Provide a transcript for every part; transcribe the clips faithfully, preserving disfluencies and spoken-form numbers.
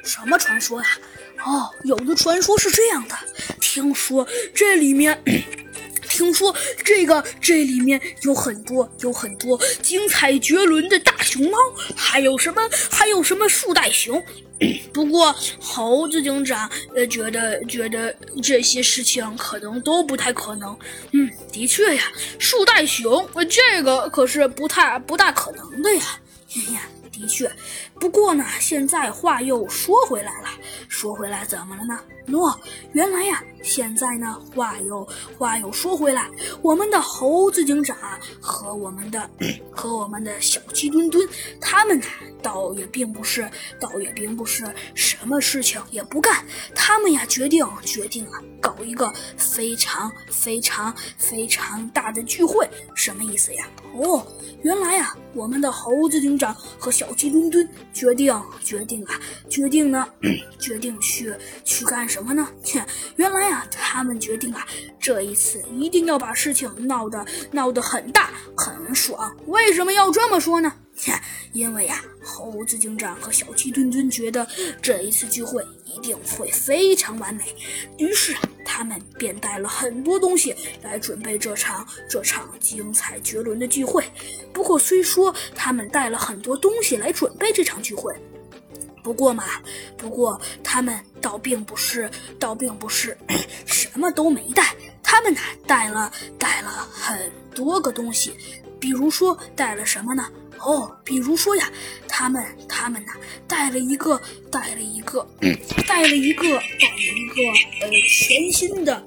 什么传说呀？哦，有的传说是这样的，听说这里面。听说这个这里面有很多有很多精彩绝伦的大熊猫，还有什么还有什么树袋熊。不过猴子警长呃觉得觉得这些事情可能都不太可能。嗯，的确呀，树袋熊呃这个可是不太不大可能的呀。哎呀，的确。不过呢，现在话又说回来了，说回来怎么了呢？喏，原来呀，现在呢，话又话又说回来，我们的猴子警长和我们的和我们的小鸡墩墩，他们呢，倒也并不是，倒也并不是什么事情也不干，他们呀，决定决定啊，搞一个非常非常非常大的聚会。什么意思呀？哦，原来呀，我们的猴子警长和小鸡墩墩决定决定啊，决定呢，决定去去干什么呢？切，原来啊，他们决定啊，这一次一定要把事情闹得闹得很大很爽。为什么要这么说呢？切，因为呀，猴子警长和小鸡墩墩觉得这一次聚会一定会非常完美，于是啊，他们便带了很多东西来准备这场这场精彩绝伦的聚会。不过虽说他们带了很多东西来准备这场聚会，不过嘛，不过他们倒并不是，倒并不是什么都没带。他们呢，带了带了很多个东西，比如说带了什么呢？哦，比如说呀，他们他们呢，带了一个带了一个带了一个带了一个呃全新的。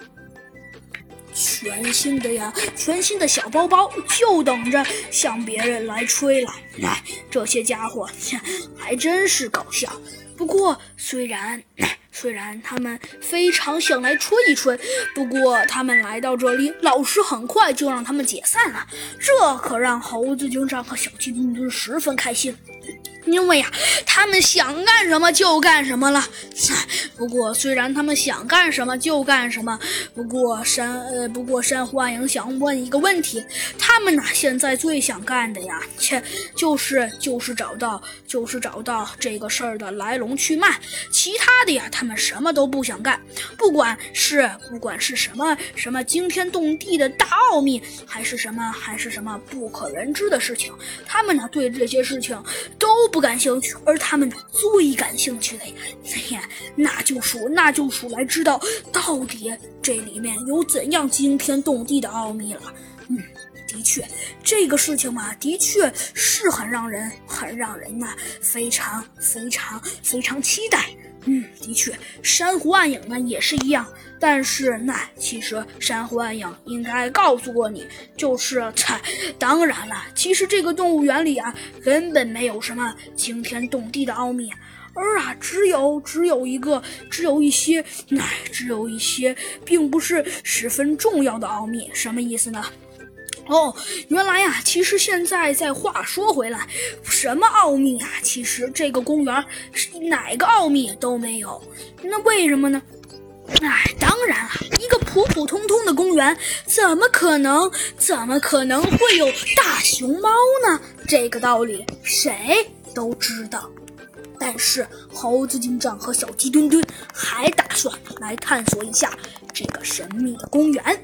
全新的呀，全新的小包包，就等着向别人来吹了。哎，这些家伙还真是搞笑。不过，虽然虽然他们非常想来吹一吹，不过他们来到这里，老师很快就让他们解散了。这可让猴子警长和小鸡墩墩十分开心。因为呀、啊，他们想干什么就干什么了。不过，虽然他们想干什么就干什么，不过山呃，不过山幻影想问一个问题：他们呢，现在最想干的呀，切，就是就是找到就是找到这个事儿的来龙去脉。其他的呀，他们什么都不想干。不管是不管是什么什么惊天动地的大奥秘，还是什么还是什么不可人知的事情，他们呢对这些事情都不感兴趣，而他们最感兴趣的呀，那就属那就属来知道到底这里面有怎样惊天动地的奥秘了。嗯，的确，这个事情嘛，的确是很让人很让人呐、啊，非常非常非常期待。嗯，的确，珊瑚暗影呢也是一样，但是那其实珊瑚暗影应该告诉过你，就是它。当然了，其实这个动物园里啊，根本没有什么惊天动地的奥秘，而啊，只有只有一个，只有一些，哎，只有一些，并不是十分重要的奥秘。什么意思呢？哦，原来呀、啊，其实现在再话说回来，什么奥秘啊？其实这个公园哪个奥秘都没有。那为什么呢？哎，当然了，一个普普通通的公园，怎么可能怎么可能会有大熊猫呢？这个道理谁都知道。但是猴子警长和小鸡墩墩还打算来探索一下这个神秘的公园。